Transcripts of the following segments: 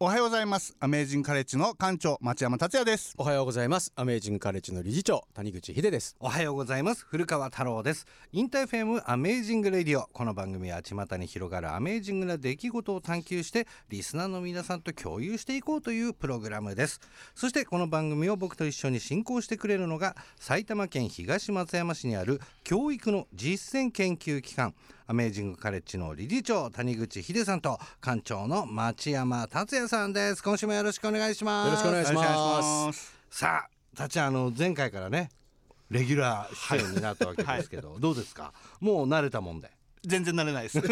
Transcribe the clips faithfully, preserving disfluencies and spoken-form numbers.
おはようございます。アメージングカレッジの館長町山達也です。 おはようございます。アメージングカレッジの理事長谷口秀です。 おはようございます。古川太郎です。インターフェムアメージングレディオ。この番組は巷に広がるアメージングな出来事を探求してリスナーの皆さんと共有していこうというプログラムです。そしてこの番組を僕と一緒に進行してくれるのが埼玉県東松山市にある教育の実践研究機関アメージングカレッジの理事長谷口秀さんと館長の町山達也さんです。今週もよろしくお願いします。 よろしくお願いします。 さあ達也、あの前回からねレギュラー出演になったわけですけど、はい、どうですか？もう慣れたもんで。 全然慣れないです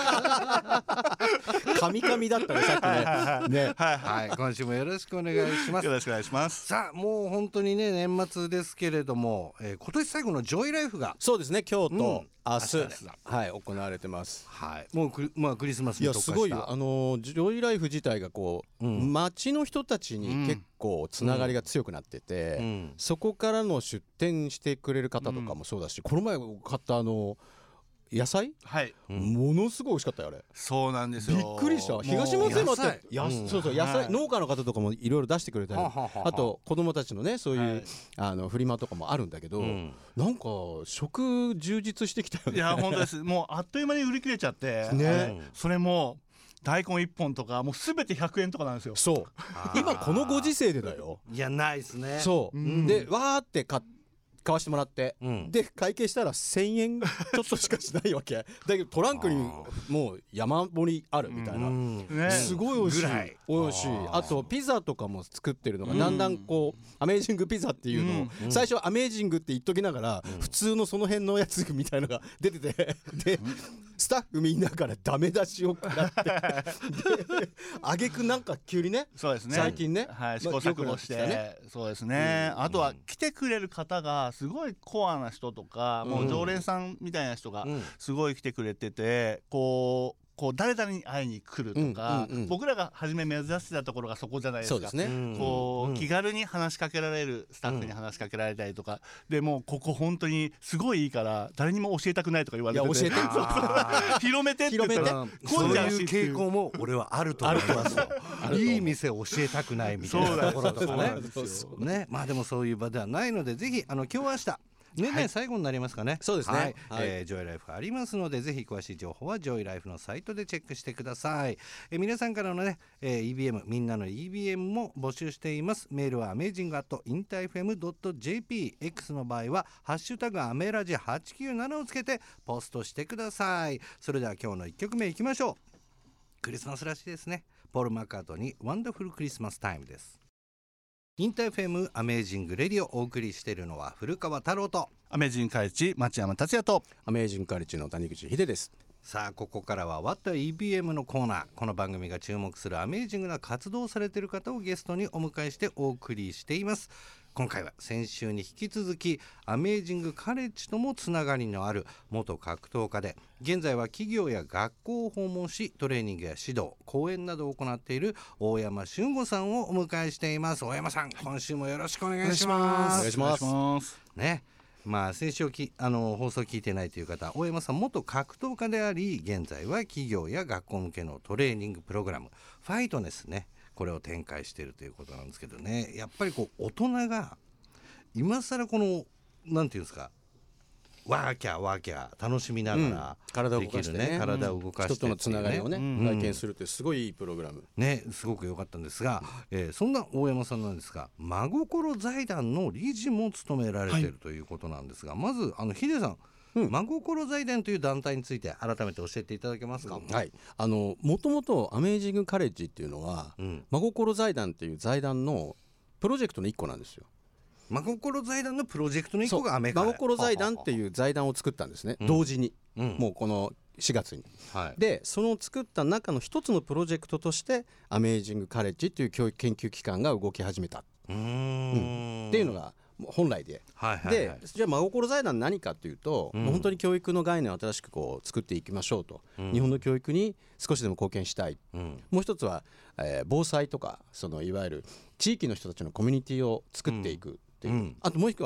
カミカミだったねさっきね。はいはい、 ねはいはい、今週もよろしくお願いします。 よろしくお願いします。 さあもう本当にね年末ですけれども、えー、今年最後のジョイライフがそうですね今日と、うん、明日、 明日はい行われてます。 はい、もうクリ、まあ、クリスマスに特化した。 いやすごいよ。あのジョイライフ自体がこう、うん、街の人たちに結構つながりが強くなってて、うん、そこからの出店してくれる方とかもそうだし、うん、この前買ったあの野菜、 はい、 ものすごい美味しかったよあれ。 そうなんですよ。 びっくりした。東松山って野菜、 うん、そうそう野菜、はい、農家の方とかもいろいろ出してくれたり、はははあと子供たちのねそういう、はい、あのフリマとかもあるんだけど、うん、なんか食充実してきたよね。 いや本当です。もうあっという間に売り切れちゃってね。それも大根いっぽんとかもうすべてひゃくえんとかなんですよ。 そう今このご時世でだよ。 いやないですね。 そう、うん、でわーって買って買わしてもらって、うん、で会計したらせんえんちょっとしかしないわけだけどトランクにもう山盛りあるみたいな、うんね、すごい美味しい。美味しい。あとピザとかも作ってるのがだんだんこう、うん、アメージングピザっていうのを、うん、最初アメージングって言っときながら、うん、普通のその辺のやつみたいなのが出ててで、うん、スタッフみんなからダメ出しを食らってあげくなんか急にね、 そうですね最近ね、 はい、試行錯誤して、ね、そうですね、うん、あとは来てくれる方がすごいコアな人とか、うん、もう常連さんみたいな人がすごい来てくれてて、こうこう誰々に会いに来るとか、うんうんうん、僕らが初め目指してたところがそこじゃないですか。 そうですね。 こう、うん、気軽に話しかけられるスタッフに話しかけられたりとか、うん、でもうここ本当にすごいいいから誰にも教えたくないとか言われてて、 いや教えて広めてって言ったらそういう傾向も俺はあると思いますよいい店教えたくないみたいなところとかね。ね、まあでもそういう場ではないのでぜひあの今日明日年内最後になりますかね。 そうですね。はい、 はい、えー、ジョイライフがありますのでぜひ詳しい情報はジョイライフのサイトでチェックしてください。えー、皆さんからのね、えー、イービーエム みんなの イービーエム も募集しています。メールは アメージング アット インターエフエム ドット ジェーピー X の場合はハッシュタグアメラジはちきゅうななをつけてポストしてください。それでは今日のいっきょくめいきましょう。クリスマスらしいですね。ポール・マッカートニーワンダフルクリスマスタイムです。インターフェムアメージングレディオをお送りしているのは古川太郎とアメージングカレッジ町山達也とアメージングカレッジの谷口秀です。 さあここからは What イービーエム のコーナー。この番組が注目するアメージングな活動をされている方をゲストにお迎えしてお送りしています。今回は先週に引き続きアメージングカレッジともつながりのある元格闘家で現在は企業や学校を訪問しトレーニングや指導講演などを行っている大山俊吾さんをお迎えしています。大山さん、今週もよろしくお願いします。 お願いしますね。まあ、先週きあの放送聞いてないという方、大山さん元格闘家であり現在は企業や学校向けのトレーニングプログラムファイトネスね、これを展開しているということなんですけどね。やっぱりこう大人が今更このなんていうんですか、ワーキャーワーキャー楽しみながら、 うん、体を動かしてね、 体を動かして、ね、 人とのつながりをね、うん、体験するってすごいいいプログラムね、すごく良かったんですが、えー、そんな大山さんなんですが真心財団の理事も務められているということなんですが、はい、まずあのヒデさん、うん、真心財団という団体について改めて教えていただけますか。 はい、あのもともとアメージングカレッジっていうのは、うん、真心財団っていう財団のプロジェクトの一個なんですよ。 真心財団のプロジェクトの一個がアメカ真心財団っていう財団を作ったんですね、うん、同時に、うん、もうこのしがつに、はい、でその作った中の一つのプロジェクトとしてアメージングカレッジっていう教育研究機関が動き始めたうーん、うん、っていうのが本来で、はいはいはい、でじゃあ真心財団何かというと、うん、もう本当に教育の概念を新しくこう作っていきましょうと、うん、日本の教育に少しでも貢献したい、うん、もう一つは、えー、防災とかそのいわゆる地域の人たちのコミュニティを作っていくっていう、うん、あともう一個は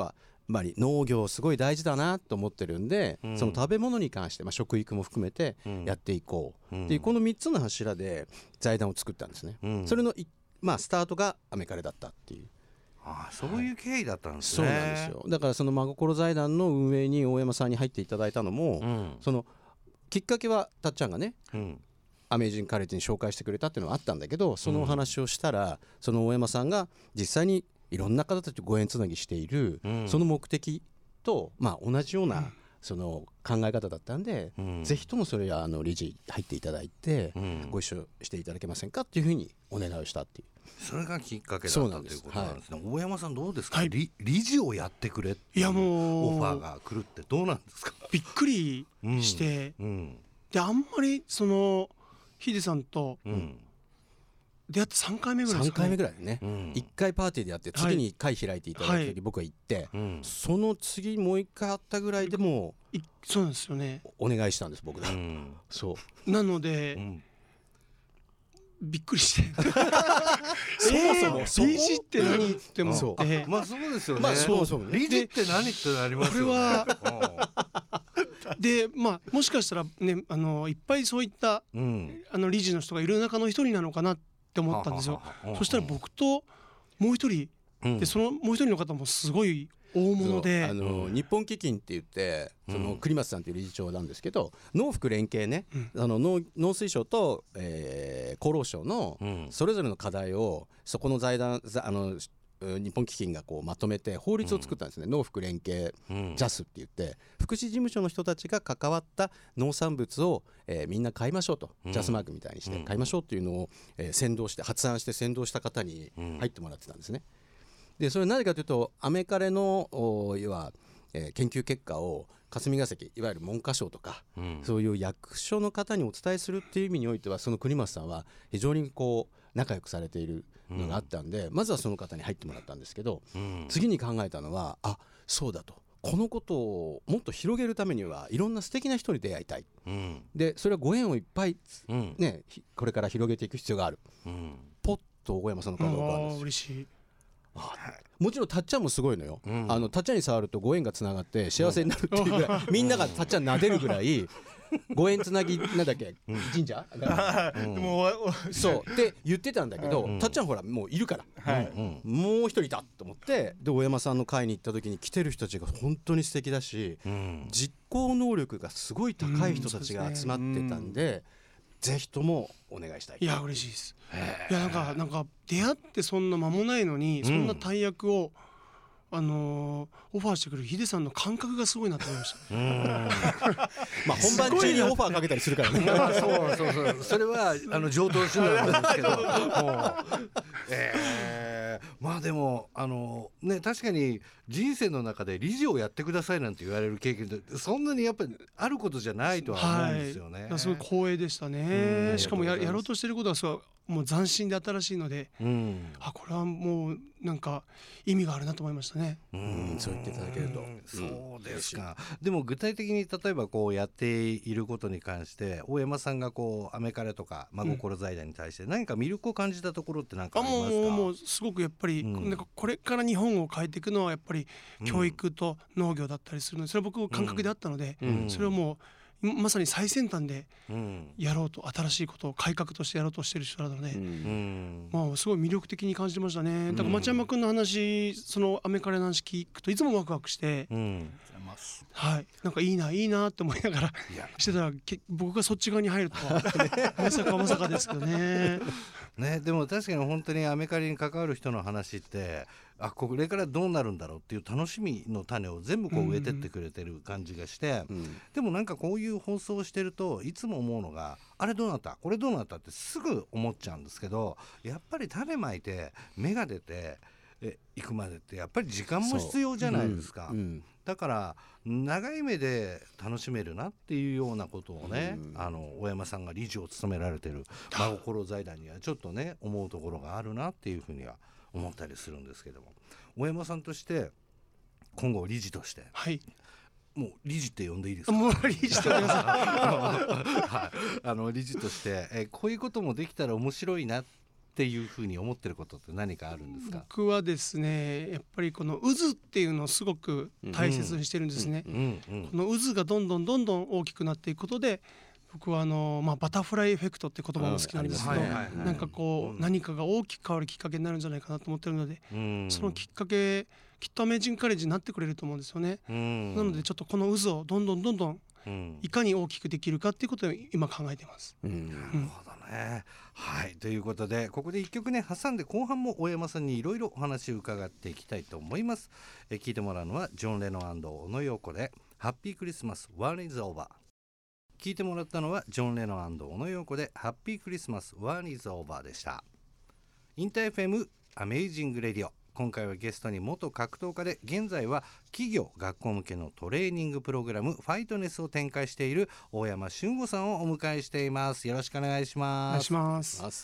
まり農業すごい大事だなと思ってるんで、 うん、 その食べ物に関して、まあ、食育も含めてやっていこう、うん、っていうこのみっつの柱で財団を作ったんですね、うん、それの、まあ、スタートがアメカレだったっていう。 ああ、そういう経緯だったんですね。 そうなんですよ。だからその真心財団の運営に大山さんに入っていただいたのも、うん、そのきっかけはたっちゃんがね、うん、アメージングカレッジに紹介してくれたっていうのはあったんだけど、そのお話をしたら、うん、その大山さんが実際にいろんな方たちとご縁つなぎしている、うん、その目的と、まあ、同じような、うん、その考え方だったんで、うん、ぜひともそれはあの理事入っていただいて、うん、ご一緒していただけませんかっていうふうにお願いをしたっていう。 それがきっかけだったということなんですね、はい、大山さんどうですか、 はい、 理, 理事をやってくれっていうオファーが来るってどうなんですか。 びっくりして、うんうん、であんまりそのヒデさんと出会ってさんかいめぐらいですかね。 さんかいめぐらいね、うん、いっかいパーティーでやって次に会開いていただいた時僕は行って、はい、その次もういっかいあったぐらいでもうそうなんですよね、 お願いしたんです僕が、うん、 そうなので、うん、びっくりしてそもそも理事って何って思って、 えー、まあそうですよね、 まあ、そうそうね、 理事って何ってなりますよね。 これはでまあもしかしたらね、あのいっぱいそういった、うん、あの理事の人がいる中の一人なのかなって思ったんですよ。そしたら僕ともう一人、うん、でそのもう一人の方もすごい大物で、 あの日本基金って言ってその栗松さんという理事長なんですけど、農福連携ね、うん、あの 農, 農水省と、えー、厚労省のそれぞれの課題をそこの財団あの日本基金がこうまとめて法律を作ったんですね、うん、農福連携、うん、ジャスって言って福祉事務所の人たちが関わった農産物を、えー、みんな買いましょうと、うん、ジャスマークみたいにして買いましょうっていうのを、えー、先導して発案して先導した方に入ってもらってたんですね。でそれ何かというとアメカレの要は、えー、研究結果を霞が関いわゆる文科省とか、うん、そういう役所の方にお伝えするっていう意味においてはその国松さんは非常にこう仲良くされているのがあったんで、うん、まずはその方に入ってもらったんですけど、うん、次に考えたのはあそうだとこのことをもっと広げるためにはいろんな素敵な人に出会いたい、うん、でそれはご縁をいっぱい、うんね、これから広げていく必要がある、うん、ポッと大山さんの顔が浮かんですよ。 嬉しい。 もちろんたっちゃんもすごいのよ、うん、あのたっちゃんに触るとご縁がつながって幸せになるっていうぐらい、うん、みんながたっちゃん撫でるぐらいご縁つなぎなんだっけ、うん、神社、うん、もうそうって言ってたんだけど、うん、たっちゃんほらもういるから、はいうん、もう一人いたと思ってで大山さんの会に行った時に来てる人たちが本当に素敵だし、うん、実行能力がすごい高い人たちが集まってたんで、うん、ぜひともお願いしたい。 いや嬉しいです。いやなんかなんか出会ってそんな間もないのに、うん、そんな大役をあのー、オファーしてくるヒデさんの感覚がすごいなと思いました。うんまあ本番中にオファーかけたりするからね。 そうそうそうそれはあの上等手段なんですけどもう、えー、まあでもあのね確かに人生の中で理事をやってくださいなんて言われる経験ってそんなにやっぱりあることじゃないとは思うんですよね。 はい、すごい光栄でしたね。しかも や, やろうとしてることはすごいもう斬新で新しいので、うん、あこれはもうなんか意味があるなと思いましたね。 うん、そう言っていただけると、うん、 そうですか。でも具体的に例えばこうやっていることに関して大山さんがこうアメカレとか真心財団に対して何か魅力を感じたところって何かありますか？ あもうもうすごくやっぱり、うん、なんかこれから日本を変えていくのはやっぱり教育と農業だったりするので、それは僕感覚であったので、うん、それをもうまさに最先端でやろうと、新しいことを改革としてやろうとしてる人なので、うん、まあ、すごい魅力的に感じてましたね。だから町山君の話、そのアメカレの話聞くといつもワクワクして、うん、はい、なんかいいないいなって思いながらしてたら僕がそっち側に入るとはまさかまさかですけどね。 ね、でも確かに本当にアメカレに関わる人の話ってあこれからどうなるんだろうっていう楽しみの種を全部こう植えてってくれてる感じがして、うん、でもなんかこういう放送をしてるといつも思うのがあれどうなったこれどうなったってすぐ思っちゃうんですけど、やっぱり種まいて芽が出てえ行くまでってやっぱり時間も必要じゃないですか、うんうん、だから長い目で楽しめるなっていうようなことをね、うん、あの大山さんが理事を務められてる真心財団にはちょっとね思うところがあるなっていうふうには思ったりするんですけども、大山さんとして今後理事として、はい、もう理事って呼んでいいですか？ もう理事と呼んでください。 はい、あの理事として、えこういうこともできたら面白いなっっていうふうに思ってることって何かあるんですか？ 僕はですねやっぱりこの渦っていうのをすごく大切にしてるんですね、 うんうんうん、 この渦がどんどんどんどん大きくなっていくことで僕はあの、まあ、バタフライエフェクトって言葉も好きなんですけど、うんなんかこう、うん、何かが大きく変わるきっかけになるんじゃないかなと思ってるので、うん、そのきっかけきっとアメージングカレッジになってくれると思うんですよね、うん、なのでちょっとこの渦をどんどんどんどんいかに大きくできるかっていうことを今考えてます、 うん、なるほどね、はいということでここでいっきょくね挟んで後半も大山さんにいろいろお話を伺っていきたいと思います。え聞いてもらうのはジョン・レノン&小野陽子でハッピークリスマス One is over。聞いてもらったのはジョン・レノン&小野陽子でハッピークリスマス One is over でした。インター エフエム アメージングレディオ、今回はゲストに元格闘家で現在は企業学校向けのトレーニングプログラムファイトネスを展開している大山俊吾さんをお迎えしています。よろしくお願いします。 お願いします。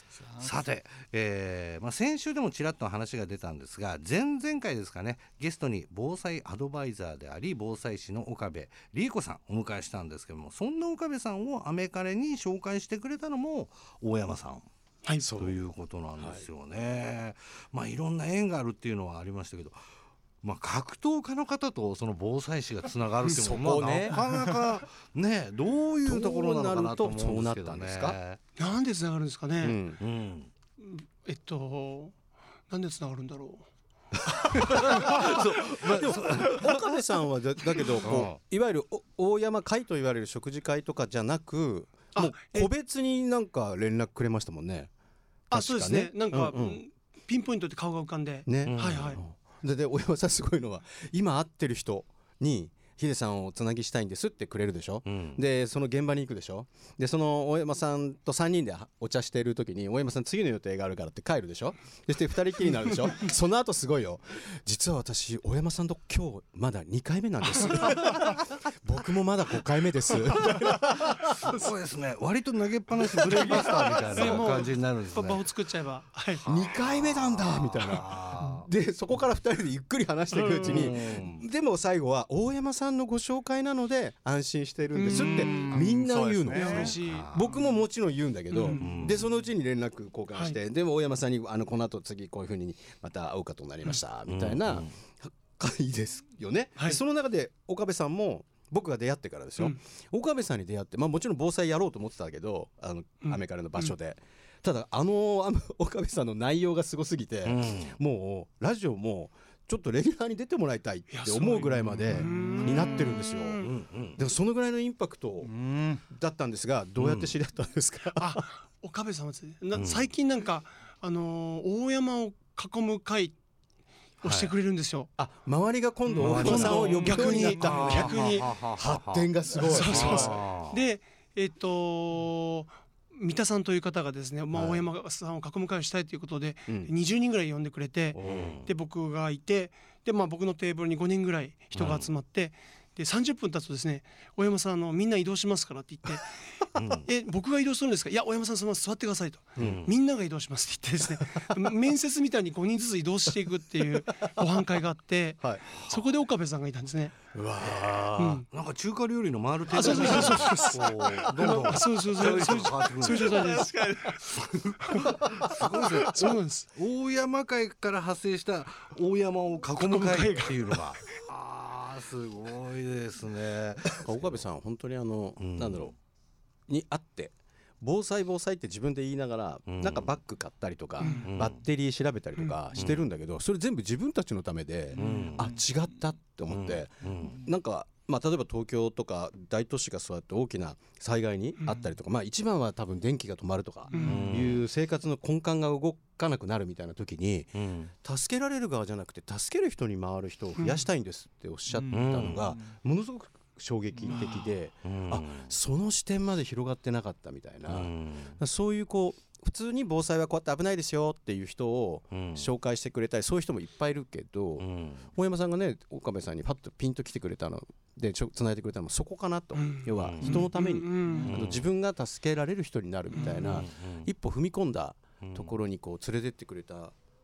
さて、えーまあ、先週でもちらっと話が出たんですが前々回ですかねゲストに防災アドバイザーであり防災士の岡部理恵子さんお迎えしたんですけども、そんな岡部さんをアメカレに紹介してくれたのも大山さん、はい、ということなんですよね、はい、まあいろんな縁があるっていうのはありましたけど、まあ、格闘家の方とその防災士がつながるっていうのは、ね、なかなかねどういうところなのかなと思うんですけどね。 なんでつながるんですかね、 うんうん、 えっとなんでつながるんだろうそうまあ、でも岡部さんは だ, だけどこういわゆる大山会と言われる食事会とかじゃなくもう個別になんか連絡くれましたもんね。 あ、そうですね。なんか、うんうん、ピンポイントで顔が浮かんで、ね、はいはい。 で、で大山さんすごいのは今会ってる人にヒデさんをつなぎしたいんですってくれるでしょ、うん、でその現場に行くでしょ。でその大山さんとさんにんでお茶している時に大山さん次の予定があるからって帰るでしょ。でふたりきりになるでしょその後すごいよ、実は私大山さんと今日まだにかいめなんです僕もまだごかいめですそうですね、割と投げっぱなしブレイクバスターみたいな感じになるんですね。 場を作っちゃえば、はい、 にかいめなんだみたいな。でそこからふたりでゆっくり話していくうちにでも最後は大山さんのご紹介なので安心してるんですってみんな言うの。 嬉しい。 僕ももちろん言うんだけど、でそのうちに連絡交換して、はい、でも大山さんにあのこの後次こういう風にまた会うことになりましたみたいな回ですよね、はい、その中で岡部さんも僕が出会ってからですよ、うん、岡部さんに出会って、まあ、もちろん防災やろうと思ってたけどあの、うん、アメカレの場所で、うん、ただあの岡部さんの内容がすごすぎて、うん、もうラジオもちょっとレギュラーに出てもらいたいって思うぐらいまでになってるんですよ。でもそのぐらいのインパクトだったんですが、どうやって知り合ったんですか？ うん、あ、岡部さんはですね、な最近なんか、あのー、大山を囲む会をしてくれるんですよ、 はい、あ、周りが今度大山さんを呼ぶようになったのね。 逆に発展がすごい。 そうそうそうでえっと三田さんという方がですね、まあ、大山さんを囲む会をしたいということで、うん、にじゅうにんぐらい呼んでくれて、うん、で僕がいてで、まあ、僕のテーブルにごにんぐらい人が集まって、うん、でさんじゅっぷん経つとですね、大山さんあのみんな移動しますからって言って、うん、え僕が移動するんですか？いや大山さんそのまま座ってくださいと、うん、みんなが移動しますって言ってですね面接みたいにごにんずつ移動していくっていうご飯会があって、はい、そこで岡部さんがいたんですね。 うわ、うん、なんか中華料理の回るテーブル、 そうそうそうそうどんどんそうそうそうそういう状態です。すごいですね。そうなんです。大山会から派生した大山を囲む会っていうのがあーすごいですね。 岡部さん本当にあの、うん、なんだろうにあって防災防災って自分で言いながら、うん、なんかバッグ買ったりとか、うん、バッテリー調べたりとかしてるんだけど、うん、それ全部自分たちのためで、うん、あ違ったって思って、うん、なんか、まあ、例えば東京とか大都市がそうやって大きな災害にあったりとか、うん、まあ一番は多分電気が止まるとかいう生活の根幹が動かなくなるみたいな時に、うん、助けられる側じゃなくて助ける人に回る人を増やしたいんですっておっしゃったのがものすごく衝撃的で、うん、あその視点まで広がってなかったみたいな、うん、そういうこう普通に防災はこうやって危ないですよっていう人を紹介してくれたり、そういう人もいっぱいいるけど、うん、大山さんがね岡部さんにパッとピンと来てくれたのでちょつないでくれたのもそこかなと、うん、要は人のために、うん、あの自分が助けられる人になるみたいな、うん、一歩踏み込んだところにこう連れてってくれた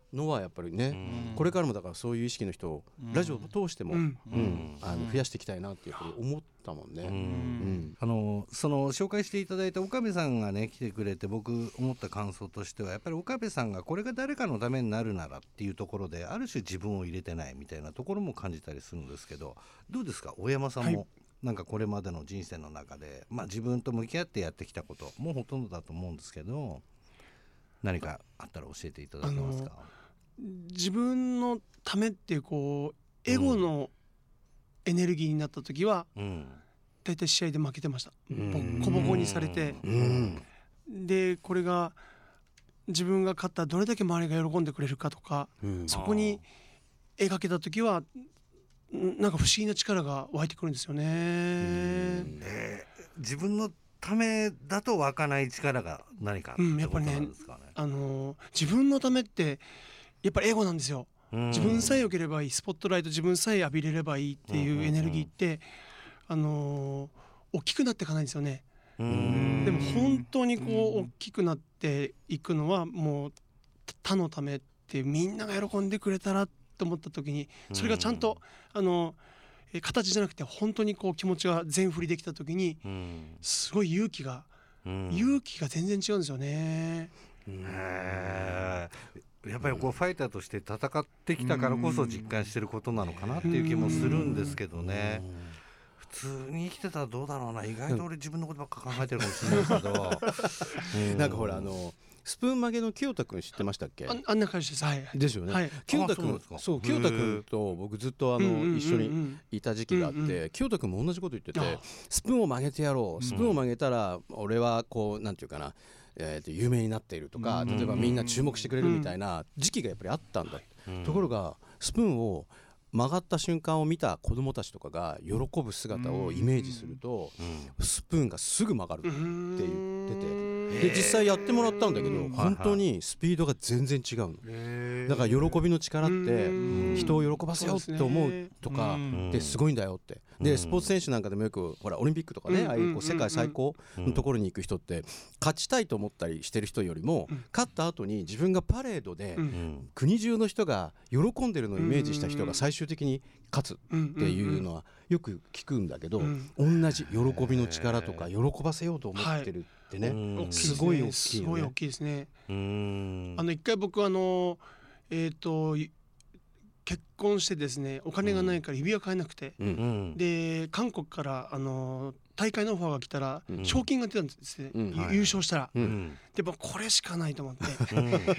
のはやっぱりね、うん、これからもだからそういう意識の人をラジオを通しても、うんうん、あの増やしていきたいなってやっぱり思ったもんね、うんうん、 あのその紹介していただいた岡部さんがね来てくれて僕思った感想としてはやっぱり岡部さんがこれが誰かのためになるならっていうところである種自分を入れてないみたいなところも感じたりするんですけど、どうですか大山さんも、はい、なんかこれまでの人生の中で、まあ、自分と向き合ってやってきたこともうほとんどだと思うんですけど、何かあったら教えていただけますか？ 自分のためっていうこうエゴのエネルギーになった時は、うん、だいたい試合で負けてました。ボッコボコにされて、うん、でこれが自分が勝ったらどれだけ周りが喜んでくれるかとか、うん、そこに描けた時はなんか不思議な力が湧いてくるんですよね、 えー、自分のためだと湧かない力が何かってことなんですかね、 うん、やっぱりね、あのー、自分のためってやっぱりエゴなんですよ。自分さえ良ければいい、スポットライト自分さえ浴びれればいいっていうエネルギーって、あのー、大きくなっていかないんですよね。でも本当にこう大きくなっていくのはもう他のためってみんなが喜んでくれたらと思った時にそれがちゃんとあの形じゃなくて本当にこう気持ちが全振りできた時にすごい勇気が勇気が全然違うんですよね。 へー、やっぱりこうファイターとして戦ってきたからこそ実感してることなのかなっていう気もするんですけどね。普通に生きてたらどうだろうな、意外と俺自分のことばっか考えてるかもしれないですけどなんかほらあのスプーン曲げの清田くん知ってましたっけ？ あ, あんな感じです。はい。 ですよね。はい、清田くん、そう清田くんと僕ずっとあの、うんうんうんうん、一緒にいた時期があって、うんうん、清田くんも同じこと言ってて、スプーンを曲げてやろう、スプーンを曲げたら俺はこうなんていうかな、えー、と有名になっているとか、例えばみんな注目してくれるみたいな時期がやっぱりあったんだ、うん、ところがスプーンを曲がった瞬間を見た子どもたちとかが喜ぶ姿をイメージすると、うん、スプーンがすぐ曲がるって言ってて、で実際やってもらったんだけど本当にスピードが全然違うの。だから喜びの力って人を喜ばせようって思うとかってすごいんだよって。でスポーツ選手なんかでもよくほらオリンピックとかね、ああいうこう世界最高のところに行く人って勝ちたいと思ったりしてる人よりも勝った後に自分がパレードで国中の人が喜んでるのをイメージした人が最終的に勝つっていうのはよく聞くんだけど、同じ喜びの力とか喜ばせようと思ってるってね、すごい大きいよね。 すごい大きいですね。あの一回僕あのえっと結婚してですね、お金がないから指輪買えなくて、うん、で韓国からあの大会のオファーが来たら賞金が出たんですね、うん、優勝したら、うん、でもこれしかないと思って、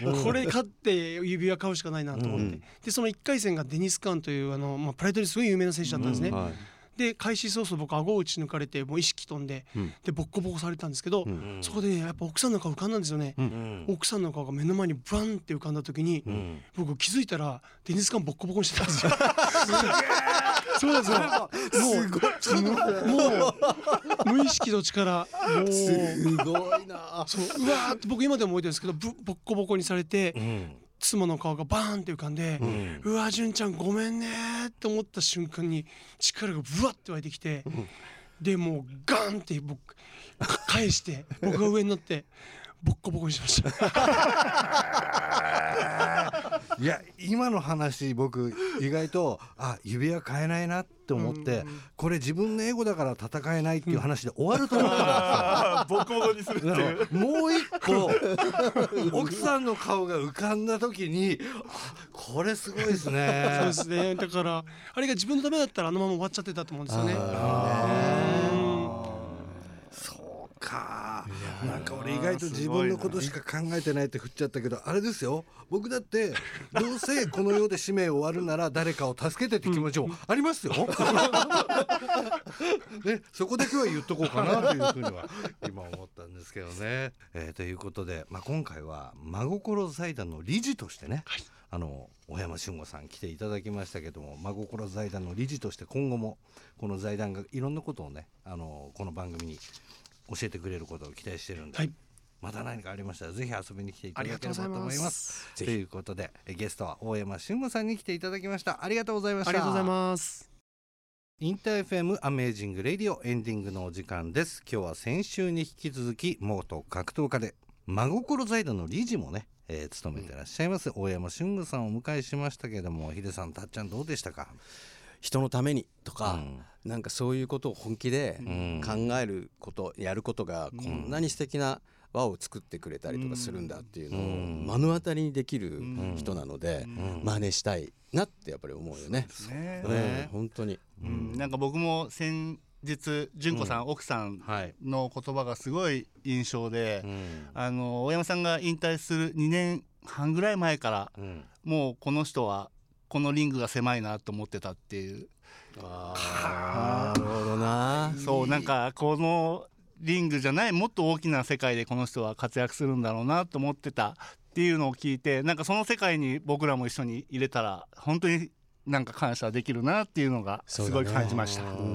うん、これ買って指輪買うしかないなと思って、うん、でそのいっかい戦がデニス・カーンというあの、まあ、プライドですごい有名な選手だったんですね、うん、はい、で開始早々僕顎を打ち抜かれてもう意識飛んで、うん、でボッコボコされたんですけど、うん、そこで、ね、やっぱ奥さんの顔浮かんだんですよね、うん、奥さんの顔が目の前にブランって浮かんだ時に、うん、僕気づいたらデニス・カーンボッコボコにしてたんですよそうですよ、もうもう無意識の力、もうすごいな、 そううわーって僕今でも覚えてるんですけど、ボッコボコにされて、うん、妻の顔がバーンって浮かんで、うん、うわ純ちゃんごめんねって思った瞬間に力がブワッて湧いてきて、うん、でもうガンって僕返して僕が上になってボッコボコにしましたいや今の話僕意外とあ指輪買えないなって思って、うん、これ自分のエゴだから戦えないっていう話で終わると思ったんですよ、 ボコボコにするっていうもう一個奥さんの顔が浮かんだ時にこれすごいですねそうですね、だからあれが自分のためだったらあのまま終わっちゃってたと思うんですよね。 そうか、なんか俺意外と自分のことしか考えてないって振っちゃったけど、あれですよ、僕だってどうせこの世で使命終わるなら誰かを助けてって気持ちもありますよ、ね、そこだけは言っとこうかなというふうには今思ったんですけどね、えー、ということで、まあ、今回は真心財団の理事としてね、はい、あの小山俊吾さん来ていただきましたけども、真心財団の理事として今後もこの財団がいろんなことをね、あのこの番組に教えてくれることを期待してるんで、はい、また何かありましたらぜひ遊びに来ていただければと思います。ということでゲストは大山俊吾さんに来ていただきました。ありがとうございました。 ありがとうございます。 インター エフエム アメージングレディオエンディングのお時間です。今日は先週に引き続き元格闘家で真心財団の理事もねえー、務めてらっしゃいます大山俊吾さんをお迎えしましたけれども、ヒデさん、たっちゃんどうでしたか？ 人のためにとか、うん、なんかそういうことを本気で考えること、やることがこんなに素敵な輪を作ってくれたりとかするんだっていうのを目の当たりにできる人なので、真似したいなってやっぱり思うよね。 そうね、 うん、本当に、 うん、なんか僕も先日純子さん、うん、奥さんの言葉がすごい印象で、うん、あの大山さんが引退するにねんはんぐらい前から、うん、もうこの人はこのリングが狭いなと思ってたっていう。 あー、なるほどな。 そう、なんかこのリングじゃないもっと大きな世界でこの人は活躍するんだろうなと思ってたっていうのを聞いて、なんかその世界に僕らも一緒に入れたら本当になんか感謝できるなっていうのがすごい感じました。 うん、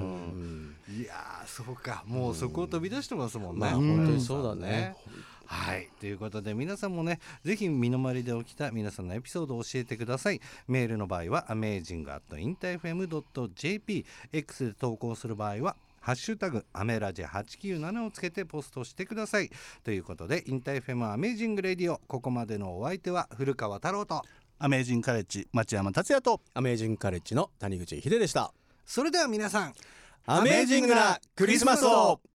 いやー、そうか、もうそこを飛び出してますもんね、 うん、本当にそうだね。 はい、ということで皆さんもね、ぜひ身の回りで起きた皆さんのエピソードを教えてください。メールの場合は アメージングアットインターエフエムドットジェーピー、 X で投稿する場合はハッシュタグアメラジはちきゅうななをつけてポストしてください。ということでインターエフエムアメージングレディオ、ここまでのお相手は古川太郎とアメージングカレッジ町山達也とアメージングカレッジの谷口秀でした。 それでは皆さん、 アメージングなクリスマスを。